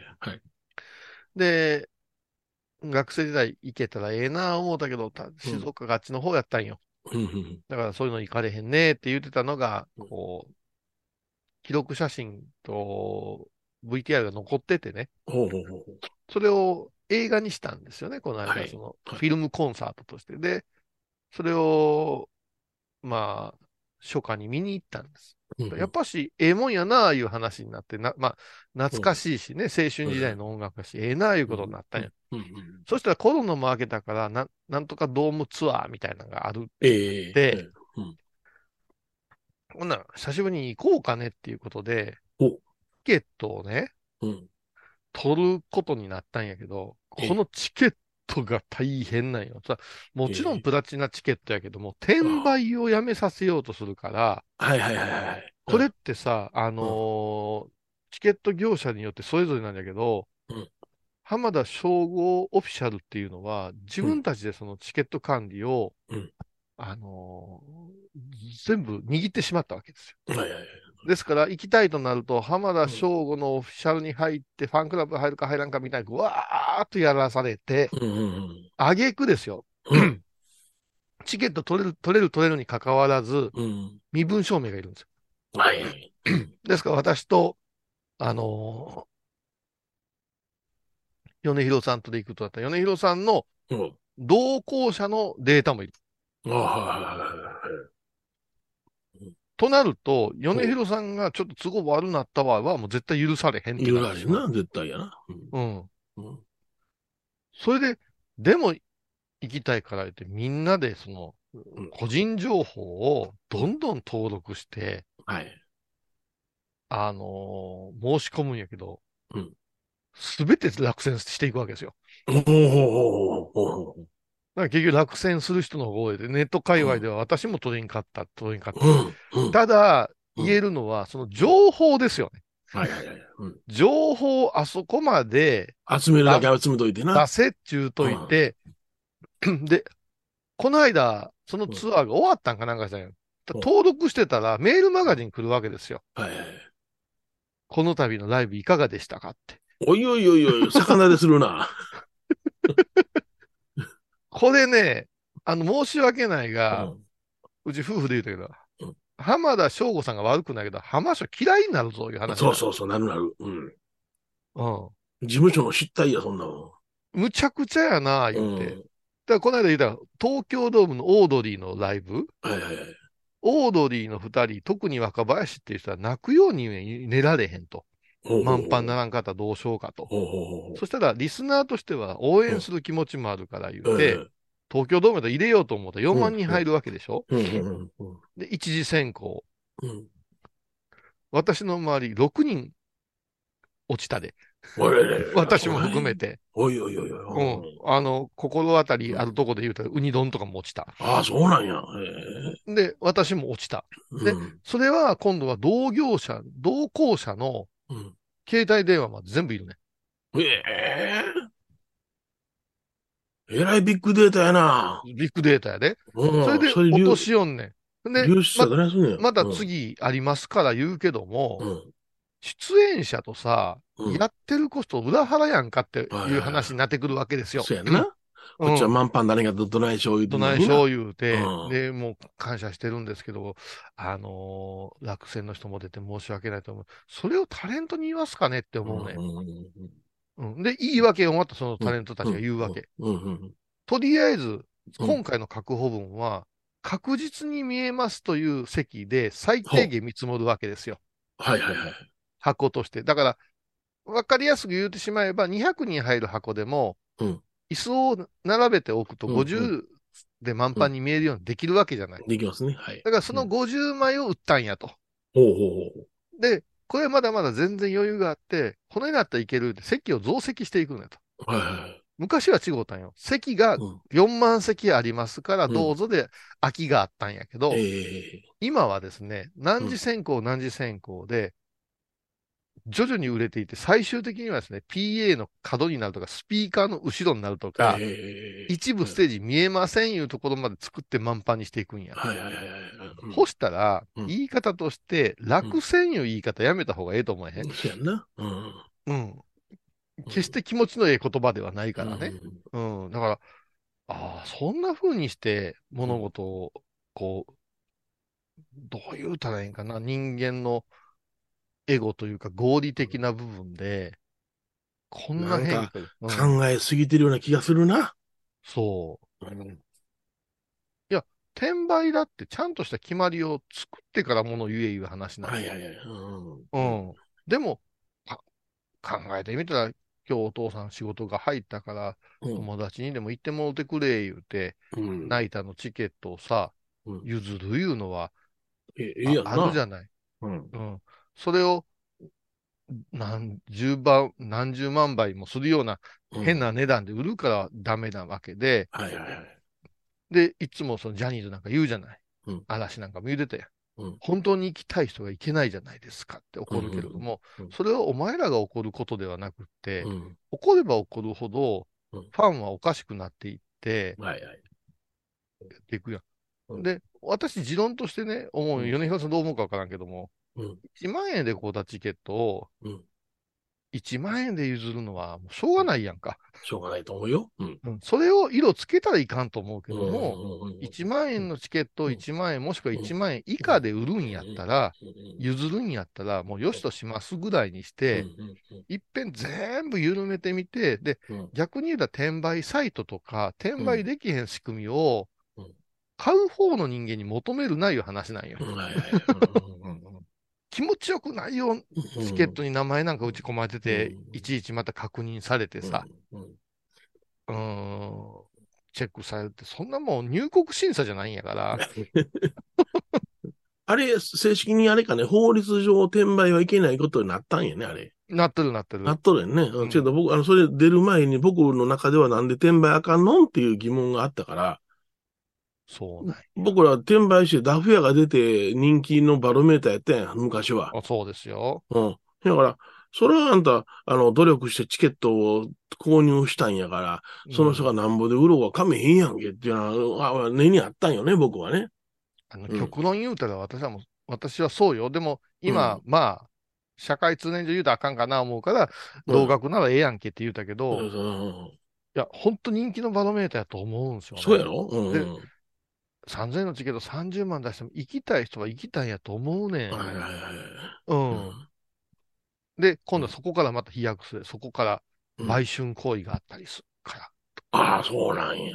で、学生時代行けたらええな思うたけど、静岡があっちの方やったんよ。だからそういうの行かれへんねって言ってたのが、こう、記録写真と VTR が残っててね。それを映画にしたんですよね、この間、そのフィルムコンサートとして。で、それを、まあ、初夏に見に行ったんです。やっぱし、ええもんやなあいう話になって、まあ、懐かしいしね、青春時代の音楽だし、ええなあいうことになったんや。そしたらコロナも明けたから、なんとかドームツアーみたいなのがあるって、ほんなら、久しぶりに行こうかねっていうことで、チケットをね、取ることになったんやけど、このチケットが大変なんよ。もちろんプラチナチケットやけども、転売をやめさせようとするから、これってさ、チケット業者によってそれぞれなんだけど、浜田省吾オフィシャルっていうのは、自分たちでそのチケット管理を、全部握ってしまったわけですよ。ですから、行きたいとなると、浜田省吾のオフィシャルに入って、ファンクラブ入るか入らんかみたいに、わーっとやらされて、挙句ですよ。チケット取れるに関わらず、身分証明がいるんですよ。ですから、私と、米広さんとで行くとだったら、米広さんの同行者のデータもいる。となると、米広さんがちょっと都合悪なった場合は、もう絶対許されへんって許されへんな、絶対やな。 それで、でも行きたいから言って、みんなでその、個人情報をどんどん登録して、 申し込むんやけど、 うん。 すべて落選していくわけですよ。 おお。 だから結局落選する人の方で、ネット界隈では私も取れんかった、取れんかった。 うん。 ただ、 うん言えるのは、その情報ですよね。 はいはいはい。うん。 情報あそこまで集めるだけ集めといてな。 出せっちゅうといて、で、この間、そのツアーが終わったんかなんかしたんよ。登録してたらメールマガジン来るわけですよ。 はいはい。 この度のライブいかがでしたかって。 おいおいおいおい、魚でするな。 これね、申し訳ないが、うち夫婦で言うたけど、浜田省吾さんが悪くないけど、浜省嫌いになるぞ、いう話。 そうそうそう、なるなる。うん。 うん。 事務所の失態や、そんなの。 むちゃくちゃやな、言うて。だからこの間言うたら、東京ドームのオードリーのライブ、 はいはいはい。 オードリーの二人、特に若林っていう人は泣くように寝られへんと。満帆ならんかったらどうしようかと。そしたら、リスナーとしては応援する気持ちもあるから言うて、東京ドームで入れようと思ったら4万人入るわけでしょ。で、一次選考。私の周り6人落ちたで。私も含めて。 おいおいおいおい。 心当たりあるとこで言うたら、ウニ丼とかも落ちた。 ああ、そうなんや。 で、私も落ちた。で、それは今度は同行者の携帯電話まで全部いるね。 えらいビッグデータやな。 ビッグデータやで。それで落としよんねん。で、また次ありますから言うけども、出演者とさ、やってるコスト裏腹やんかっていう話になってくるわけですよ。 そうやんな。こっちは満帆誰がどないしょう言うて。 どないしょう言うて、で、もう感謝してるんですけど、落選の人も出て申し訳ないと思う。それをタレントに言いますかねって思うね。で、言い訳をまたそのタレントたちが言うわけ。とりあえず、今回の確保分は、確実に見えますという席で最低限見積もるわけですよ。 はいはいはい。 箱として。だから、わかりやすく言うてしまえば、200人入る箱でも、椅子を並べておくと50で満帆に見えるようにできるわけじゃない。 できますね。はい。 だからその50枚を売ったんやと。で、これまだまだ全然余裕があって、このようになったらいけるって席を増席していくんやと。昔は違うたんよ。席が4万席ありますからどうぞで空きがあったんやけど、今はですね、何時選考で、徐々に売れていて、最終的にはですね、PA の角になるとか、スピーカーの後ろになるとか、一部ステージ見えませんいうところまで作って満帆にしていくんや。そしたら、言い方として、落選いう言い方やめた方がええと思えへん。 そうやんな。 決して気持ちのええ言葉ではないからね。だから、そんな風にして物事を、こう、どう言うたらええんかな、人間のエゴというか合理的な部分で、こんな変化。 考えすぎてるような気がするな。 そう。いや、転売だってちゃんとした決まりを作ってからもの言えいう話なんですよ。でも、考えてみたら、今日お父さん仕事が入ったから、友達にでも行ってもうてくれ言うて、ナイターのチケットをさ、譲るいうのは、あるじゃない。それを何十万倍もするような変な値段で売るからダメなわけで、で、いつもそのジャニーズなんか言うじゃない。嵐なんかも言うてたやん。本当に行きたい人が行けないじゃないですかって怒るけれども、それはお前らが怒ることではなくって、怒れば怒るほど、ファンはおかしくなっていって、やっていくやん。で、私、持論としてね、思う、米広さんどう思うかわからんけども、1万円で買うたチケットを、1万円で譲るのはもうしょうがないやんか。 しょうがないと思うよ。 それを色つけたらいかんと思うけども、1万円のチケットを1万円もしくは1万円以下で売るんやったら、譲るんやったら、もうよしとしますぐらいにして、いっぺん全部緩めてみて、で、逆に言うたら転売サイトとか、転売できへん仕組みを、買う方の人間に求めるないう話なんよ。気持ちよくないよ。チケットに名前なんか打ち込まれてて、いちいちまた確認されてさ、チェックされて、そんなもん入国審査じゃないんやから。 あれ、正式にあれかね、法律上転売はいけないことになったんやね、あれ。 なってるなってる。 なっとるよね。 うんけど僕、それ出る前に僕の中ではなんで転売あかんのっていう疑問があったから、 そうなんや。 僕ら転売してダフ屋が出て人気のバロメーターやったやん、昔は。 そうですよ。 うん。だから、それはあんた、努力してチケットを購入したんやから、その人がなんぼで売ろうがかめへんやんけっていうのは、根にあったんよね、僕はね。 極論言うたら私はそうよ。でも、今、 うんまあ、社会通念上言うたらあかんかな思うから、同額ならええやんけって言うたけど、いや、ほんと人気のバロメーターやと思うんですよね。 そうやろで、3000円のチケット30万出しても行きたい人は行きたいんやと思うねん。 はいはいはい。 うん。で、今度はそこからまた飛躍する。そこから売春行為があったりするから。 ああ、そうなんや。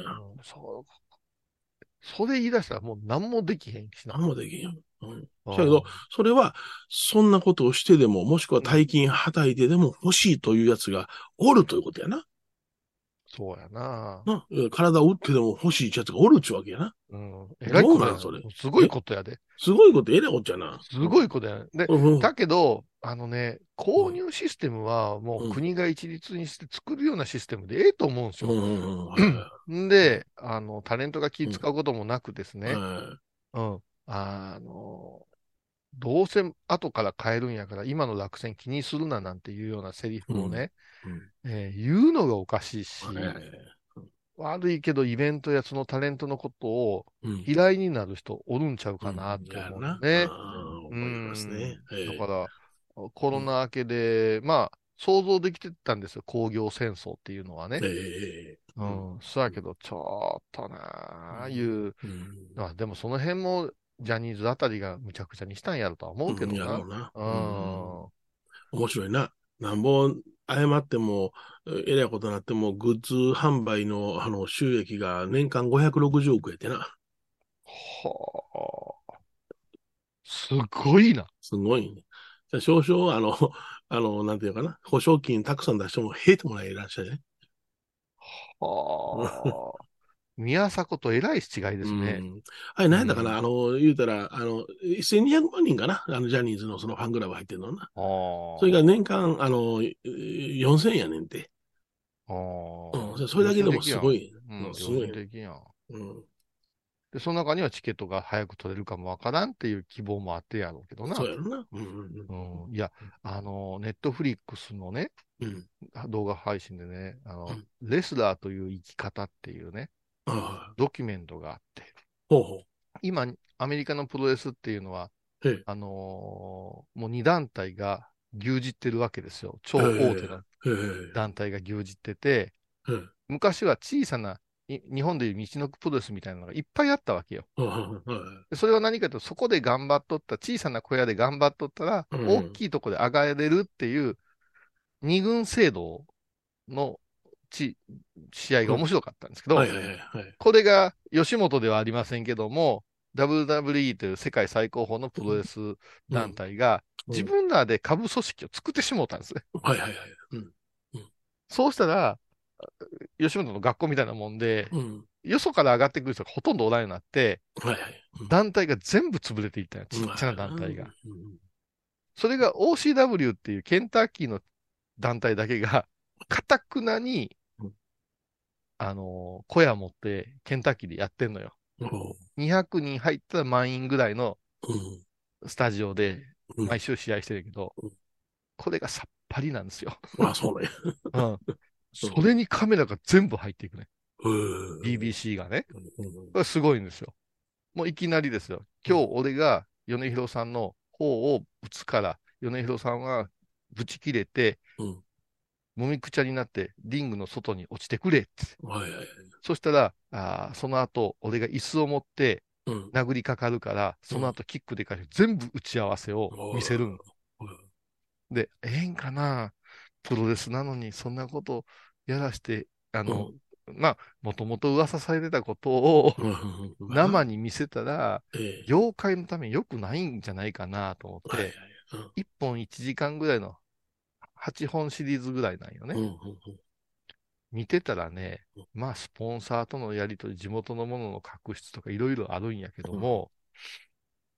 それ言い出したらもう何もできへんしな。 何もできへんよ。だけど、それは、そんなことをしてでも、もしくは大金はたいてでも欲しいというやつがおるということやな。 そうやな。 体を打ってでも欲しいやつがおるっちゅうわけやな。 えらいことや。 それ。 すごいことやで。 すごいこと、えらいことやな。 すごいことや。で、だけど、購入システムはもう国が一律にして作るようなシステムでええと思うんですよ。で、タレントが気使うこともなくですね、どうせ後から変えるんやから、今の落選気にするななんていうようなセリフをね、言うのがおかしいし、悪いけどイベントやそのタレントのことを嫌いになる人おるんちゃうかなって思うね。 思いますね。 だから、コロナ明けで、まあ、想像できてたんですよ、工業戦争っていうのはね。そうやけど、ちょっとなあいう、でもその辺も、ジャニーズあたりがむちゃくちゃにしたんやろとは思うけどな。 やろうな。面白いな。なんぼ謝っても、えらいことになっても、グッズ販売の収益が年間560億やってな。 はあ。すごいな。 すごいね。少々、なんていうかな、保証金たくさん出しても、へえともないらっしゃるね。 はあ。宮迫とえらい違いですね。 あれ、何だかな、言うたら、1200万人かな、ジャニーズのそのファンクラブ入ってるのな。それが年間、4000やねんて。それだけでもすごい。 すごい。で、その中にはチケットが早く取れるかもわからんっていう希望もあってやろうけどな。 そうやろな。 いや、ネットフリックスのね、動画配信でね、レスラーという生き方っていうね、ドキュメントがあって、今、アメリカのプロレスっていうのは、もう2団体が牛耳ってるわけですよ。超大手の団体が牛耳ってて、昔は小さな日本でいう道のくプロレスみたいなのがいっぱいあったわけよ。それは何かというと、そこで頑張っとった、小さな小屋で頑張っとったら、大きいとこで上がれるっていう二軍制度の試合が面白かったんですけど、これが吉本ではありませんけども、WWE という世界最高峰のプロレス団体が自分らで下部組織を作ってしもうたんですね。そうしたら、吉本の学校みたいなもんで、よそから上がってくる人がほとんどおらんようになって、団体が全部潰れていったよ。ちっちゃな団体が。それが OCW っていうケンタッキーの団体だけが、かたくなに、小屋持ってケンタッキーでやってんのよ。200人入ったら満員ぐらいのスタジオで毎週試合してるけど、これがさっぱりなんですよ。 そうね。 それにカメラが全部入っていくね。BBC がね。これすごいんですよ。もういきなりですよ。今日俺が米広さんの方を打つから、米広さんはぶち切れて、もみくちゃになってリングの外に落ちてくれって。そしたら、その後、俺が椅子を持って殴りかかるから、その後キックでかけて全部打ち合わせを見せるん。で、ええんかなプロレスなのにそんなことやらして、まあ、もともと噂されてたことを生に見せたら、業界のために良くないんじゃないかなと思って、1本1時間ぐらいの8本シリーズぐらいなんよね。見てたらね、まあ、スポンサーとのやりとり、地元のものの確執とかいろいろあるんやけども、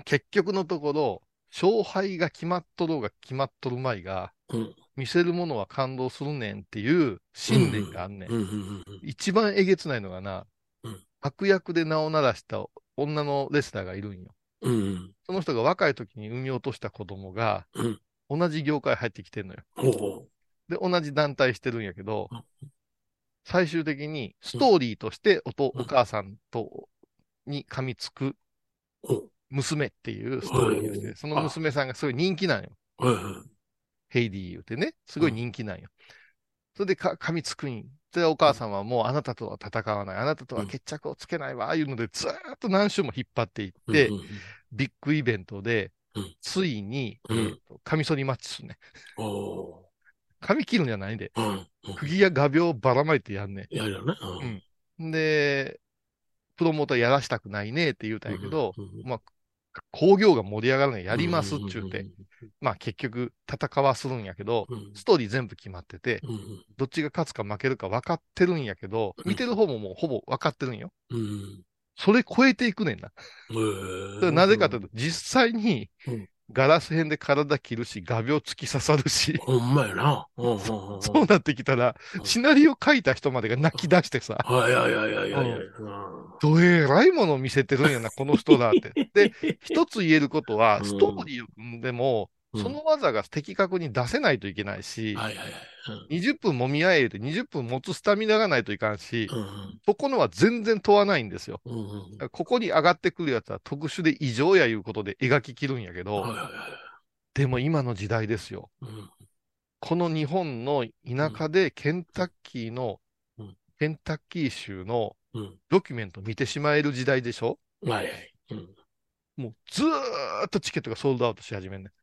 結局のところ、勝敗が決まっとろうが決まっとるまいが、見せるものは感動するねんっていう信念があんねん。一番えげつないのがな、悪役で名を鳴らした女のレスラーがいるんよ。その人が若い時に産み落とした子供が、同じ業界入ってきてんのよ。で、同じ団体してるんやけど、最終的にストーリーとしてお母さんに噛みつく娘っていうストーリーをして、その娘さんがすごい人気なんよ。ヘイディ言うてね、すごい人気なんよ。それで噛みつくん。で、お母さんはもうあなたとは戦わない、あなたとは決着をつけないわ、ああいうのでずーっと何週も引っ張っていって、ビッグイベントで、ついに、カミソリマッチするね。髪切るんじゃないんで、釘や画鋲をばらまいてやんねん。 やるよね。 で、プロモーターやらしたくないねって言うたんやけど、まあ、興行が盛り上がるのやりますっちゅうて、まあ結局戦わするんやけど、ストーリー全部決まってて、どっちが勝つか負けるか分かってるんやけど、見てる方ももうほぼ分かってるんよ。それ超えていくねんな。なぜかというと、実際にガラス片で体切るし、画鋲突き刺さるし。 ほんまやな。 そうなってきたら、シナリオ書いた人までが泣き出してさ。 いやいやいやいやいや。 どえらいものを見せてるんやな、この人だって。で、一つ言えることは、ストーリーを組んでも、その技が的確に出せないといけないし、20分もみ合えて20分持つスタミナがないといかんし、そこのは全然問わないんですよ。ここに上がってくるやつは特殊で異常やいうことで描ききるんやけど、でも今の時代ですよ。この日本の田舎でケンタッキー州のドキュメント見てしまえる時代でしょ。もうずーっとチケットがソールドアウトし始めんねん。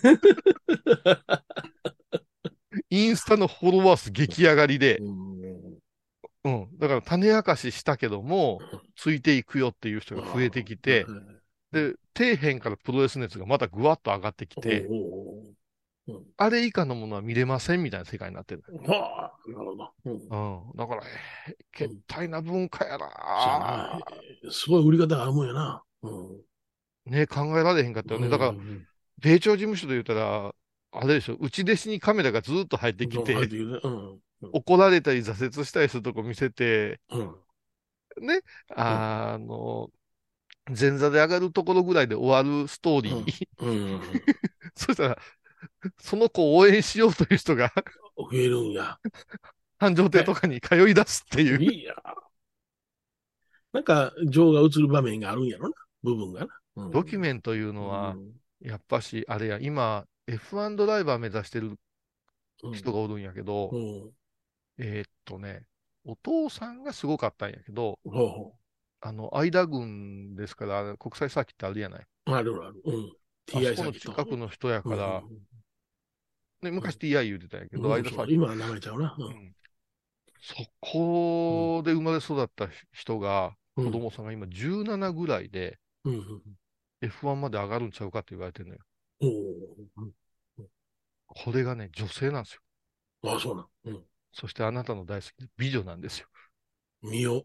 インスタのフォロワー数激上がりで、だから種明かししたけども、ついていくよっていう人が増えてきて、で、底辺からプロレス熱がまたぐわっと上がってきて、あれ以下のものは見れませんみたいな世界になってる。 なるほど。だから、けったいな文化やな。 すごい売り方があるもんやな。 ね、考えられへんかったよね。だから、米朝事務所で言ったら、あれでしょ、内弟子にカメラがずっと入ってきて、怒られたり挫折したりするとこ見せて、ね、前座で上がるところぐらいで終わるストーリー。そしたら、その子を応援しようという人が増えるんや。 繁盛亭とかに通い出すっていう。 いや。なんか、情が映る場面があるんやろな、部分がな。 ドキュメントいうのは、やっぱし、あれや、今、F1 ドライバー目指してる人がおるんやけど、お父さんがすごかったんやけど、間軍ですから、国際サーキットあるやない。 あるある。 TI サーキット。近くの人やから、昔 TI 言うてたんやけど、間サーキット。 今は名前ちゃうな。 そこで生まれ育った人が、子供さんが今17ぐらいで、F1 まで上がるんちゃうかって言われてるのよ。これがね、女性なんですよ。あ、そうなん。 そしてあなたの大好きな美女なんですよ。 見よ。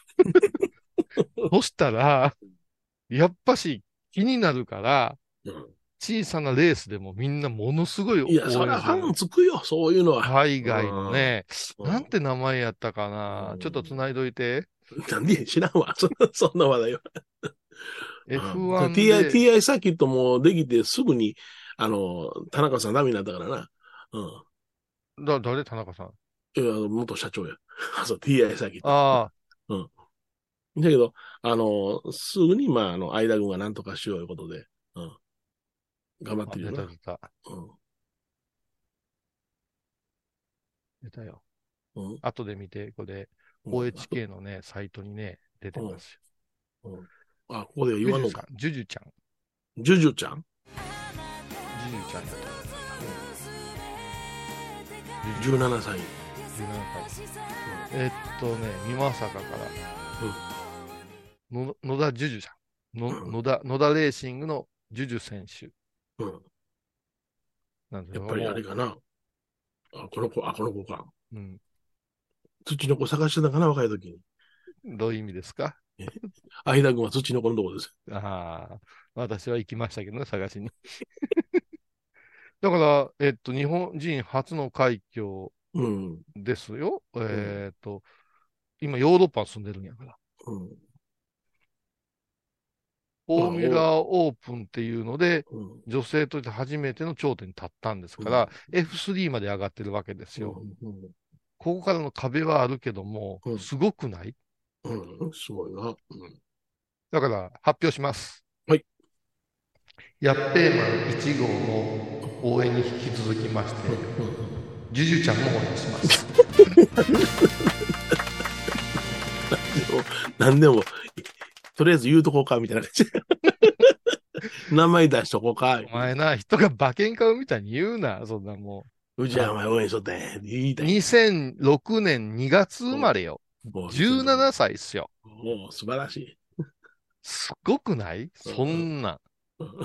そしたら、やっぱし気になるから、小さなレースでもみんなものすごい応援する。 いや、そりゃファンつくよ、そういうのは。 海外のね、なんて名前やったかな。ちょっと繋いどいて。 なんで知らんわ、そんな話題は。 F1 で。 TI サーキットもできてすぐに、田中さんダメになったからな。 誰田中さん？ いや、元社長や。そう、TI サーキット。 ああ。 だけど、すぐに、間軍が何とかしよういうことで、頑張ってるよな。 出たよ。後で見て、これ、OHK のね、サイトにね、出てますよ。あ、ここで言わんのか。 ジュジュちゃん。 ジュジュちゃんジュジュちゃんやった。 17歳。 美馬坂から、野田ジュジュちゃん。野田レーシングのジュジュ選手。 やっぱりあれかな。この子か。 土の子探してたかな、若い時に。 どういう意味ですか？ 相田君は土の子のとこです。 ああ、私は行きましたけどね、探しに。だから、日本人初の快挙うん。 ですよ。 ん今、ヨーロッパに住んでるんやから。 うん。 フォーミュお、 ラーオープンっていうので、 うん。 女性として初めての頂点に立ったんですうん。 から、F3 まで上がってるわけですうよ。 ん。 ここからの壁はあるけども、 うん。 すごくない？ うん。すごいな。うん。 だから発表します。 はい。 ヤッペーマン1号の応援に引き続きまして、 うん。うん。 ジュジュちゃんも応援します。 でも、なんでも、とりあえず言うとこうか、みたいな感じ。名前出しとこうか。 お前な、人が馬券買うみたいに言うな、そんなもうちはお前応援しとったんや。言いたう。 い。 2006年2月生まれよ。 もう、 17歳っすよ。 もう素晴らしい。 すごくないそんな。 うん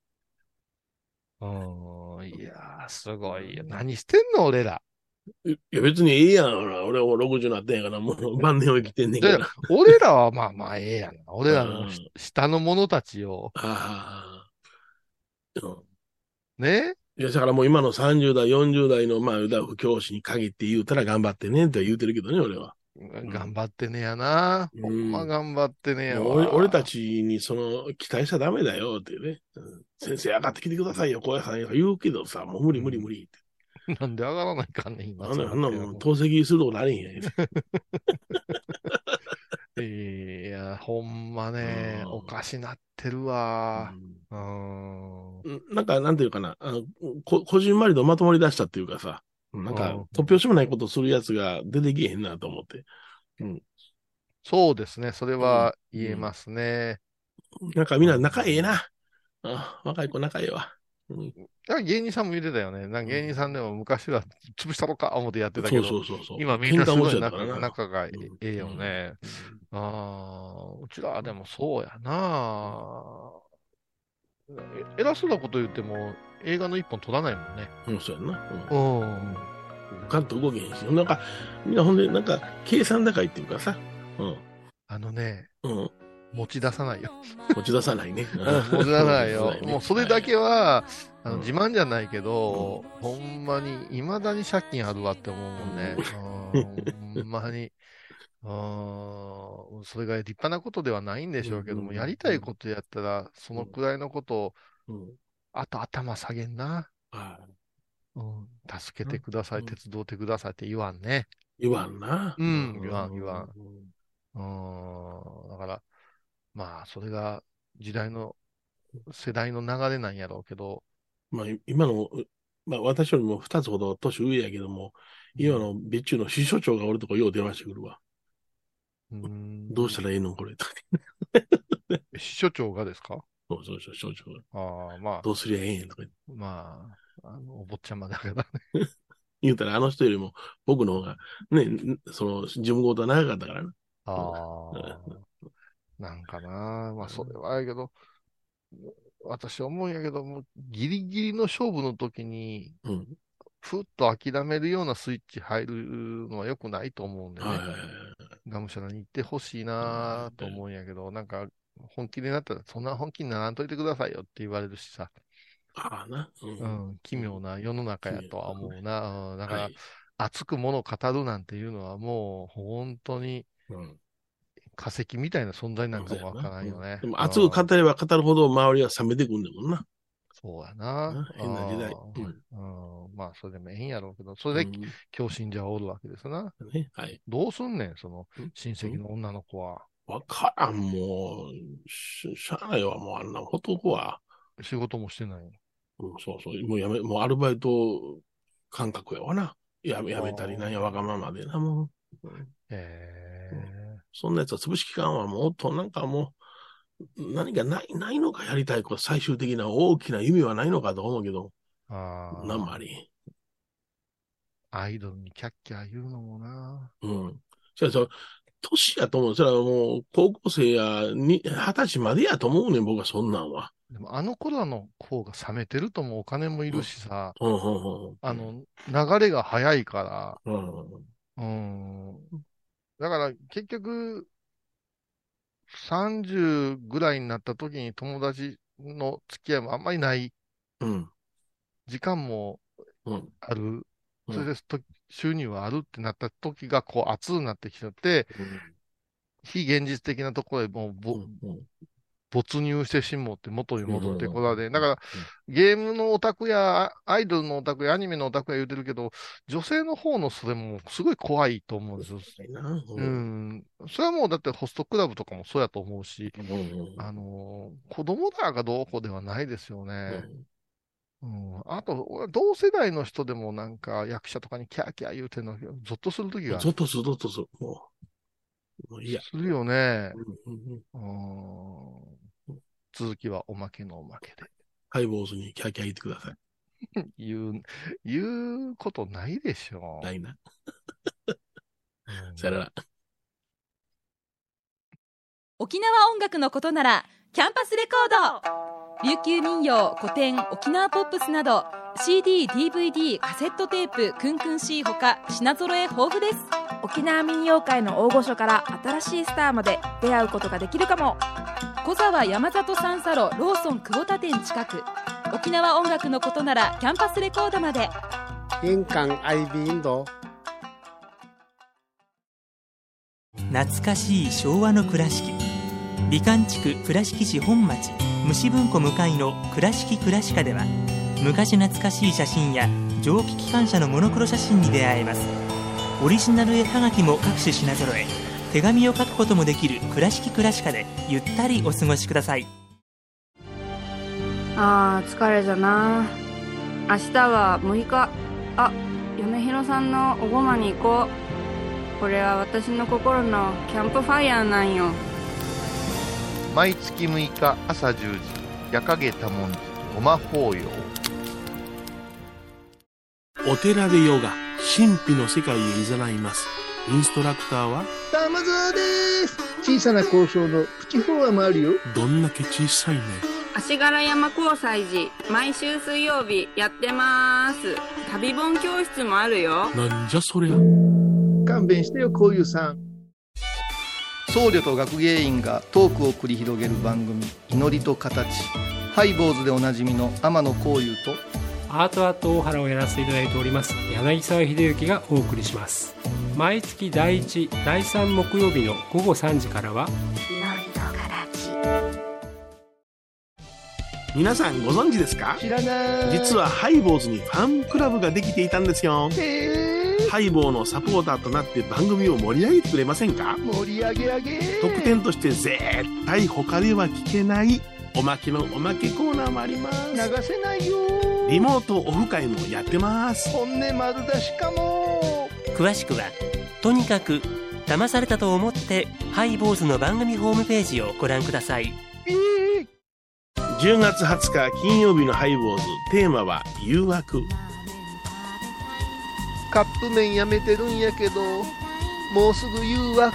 いやー、すごいよ。何してんの、俺ら。 いや、別にええやん。ほら俺も60になってんやから、もう晩年を生きてんねんかで、 ら。 俺らはまあまあええやんな。俺らのうん下の者たちを、 ああ。うんね、 いや、だからもう今の30代、40代の、まあ、言うたら不教師に限って言うたら頑張ってねって言うてるけどね、俺は。 頑張ってねやな。 うほんまん。 頑張ってねやもう俺たわ。 ちに期待しちゃダメだよってね。先生上がってきてくださいよ、小屋さん言うけどさ、もう無理無理無理って。 なんで上がらないかんねん、今あんなもん、 更って。 透析するとこなれへんやん。 いや、ほんまね、おうかしなってるわ。 んうん。 なんか、なんていうかな、こじんまりとまとまり出したっていうかさ、なんか、突拍子もないことするやつが出てきえへんなと思って。うん。 そうですね、それうん。 は言えますね。 なんかみんな仲ええうんな。若い子仲ええわ。うん。 だから芸人さんも言ってたよね。なんか芸人さんでも昔は潰したろか思ってやってたそうけど、 そうそうそう。 今みんな喧嘩持ちすごいだったからな。 仲がえうん。 えうん。 よね。 うんああ、うちらはでもそうやな。偉そうなこと言っても映画の一本撮らないもんね。 うん、そうやんな。 うん。 ガンと動けへんし。なんか、みんなほんで、なんか、計算高いっていうかさ。うん。 あのね、 うん。 持ち出さないよ。 持ち出さないね。 うん、持ち出さないよ。もうそれだけは、 うん自慢じゃないけど、ほんまに、未だに借金あるわって思うもんね。ほんまに。それが立派なことではないんでしょうけども、やりたいことやったら、そのくらいのことを、 うん。 あと頭下げんな。 はい。 うん、助けてください、 うん手伝ってくださいって言わんね。 言わんな。 うん、言わん、言わん。 うんだから、まあ、それが時代の、世代の流れなんやろうけど、 まあ、今の、まあ、私よりも二つほど年上やけども、今の別注の支所長が俺とこよう電話してくるわ。 うん、 どうしたらええのこれ。とか支所長がですか？ そうそうそう、省庁が。 ああ、まあ、 どうすりゃええんやとかまあ、お坊ちゃまだからね。 言うたら、あの人よりも僕の方が、ね、その、事務事は長かったからな。 ああ、なんかな。まあ、それはやけど、私思うんやけども、ギリギリの勝負の時に、 うん。 ふっと諦めるようなスイッチ入るのは良くないと思うんでね。 はいはいはい。 がむしゃらに行ってほしいなと思うんやけど、なんか、本気になったら、そんな本気にならんといてくださいよって言われるしさ。 ああな。ううん、奇妙な世の中やとは思うな。だから、 はい。 熱く物を語るなんていうのはもう、本当にうん。 化石みたいな存在なんかもわかそうやな。 らんよね。 でも、 うん、 熱く語れば語るほど周りは冷めてくんだもんな。 そうやな。 変な時代。 まあ、それでもええんやろうけど、それでうん。 教信者はおるわけですな。 ね。はい。 どうすんねん、その親戚うんの女の子は。 わからん、もう、しゃあないわ、もうあんな男は。 仕事もしてない。 そうそう、もうアルバイト感覚やわな。やめたりなんや、わがままでな、もう。そんなやつは潰しきかんわ、もっとなんかも何かないのかやりたいこと、最終的な大きな夢はないのかと思うけど、なんもあり。 アイドルにキャッキャ言うのもな。 うん。そう、年やと思う。それはもう、高校生や20歳までやと思うねん、僕はそんなんは。 でもあの頃の方が冷めてるともお金もいるしさ、 うん、うん、うん。 流れが早いかうん、 ら、うん。だから結局、 30ぐらいになった時に友達の付き合いもあんまりない。時間もある。それで収入はあるってなった時がこう熱くなってきちゃって、非現実的なところへもう没入してしもって元に戻ってこられ、だからゲームのオタクやアイドルのオタクやアニメのオタクや言うてるけど、女性の方のそれもすごい怖いと思うんですよ。それはもうだってホストクラブとかもそうやと思うし、子供らがどうこうではないですよね。あと、同世代の人でもなんか役者とかにキャーキャー言うてるの、ゾッとするときが。 ゾッとする、ゾッとする。もういや。 するよね。続きはおまけのおまけで。 ハイボーズにキャーキャー言ってください。 言うことないでしょ。 ないな。さよなら。 沖縄音楽のことならキャンパスレコード。琉球民謡、古典、沖縄ポップスなど CD、DVD、カセットテープ、クンクン C ほか品揃え豊富です。 沖縄民謡界の大御所から新しいスターまで出会うことができるかも。 小沢山里三佐路ローソン久保田店近く。沖縄音楽のことならキャンパスレコードまで。 印鑑 IB インド。 懐かしい昭和の倉敷。美観地区倉敷市本町虫文庫向かいの倉敷倉歯科では、昔懐かしい写真や蒸気機関車のモノクロ写真に出会えます。オリジナル絵はがきも各種品揃え、手紙を書くこともできる倉敷倉歯科でゆったりお過ごしください。 疲れじゃな。明日は6日。米広さんのおごまに行こう。これは私の心のキャンプファイヤーなんよ。 毎月6日朝10時、夜影多文字ごま法要。 お寺でヨガ、神秘の世界へ誘います。インストラクターは玉沢です。小さな交渉のプチフォアもあるよ。 どんだけ小さいね。 足柄山交際時、毎週水曜日やってます。旅本教室もあるよ。 なんじゃそりゃ。 勘弁してよ、こういうさん。 僧侶と学芸員がトークを繰り広げる番組、祈りと形。ハイボーズでおなじみの天野幸雄とアートアート大原をやらせていただいております柳沢秀幸がお送りします。毎月第1、第3木曜日の午後3時からは祈りと形。 皆さんご存知ですか？ 知らない。 実はハイボーズにファンクラブができていたんですよ。ハイボーのサポーターとなって番組を盛り上げてくれませんか？ 盛り上げ上げ。 特典として絶対他では聞けないおまけのおまけコーナーもあります。 流せないよ。 リモートオフ会もやってます。 本音丸出しかも。 詳しくはとにかく騙されたと思ってハイボーズの番組ホームページをご覧ください。 10月20日金曜日のハイボーズ、テーマは誘惑。 カップ麺やめてるんやけど、もうすぐ誘惑。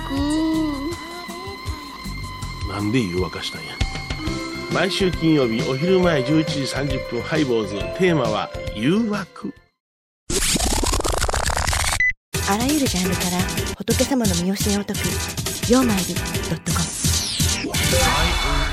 なんで誘惑したんや。毎週金曜日お昼前11時30分ハイボーズ、テーマは誘惑。 あらゆるジャンルから仏様の身教えを解く曜マイル.com。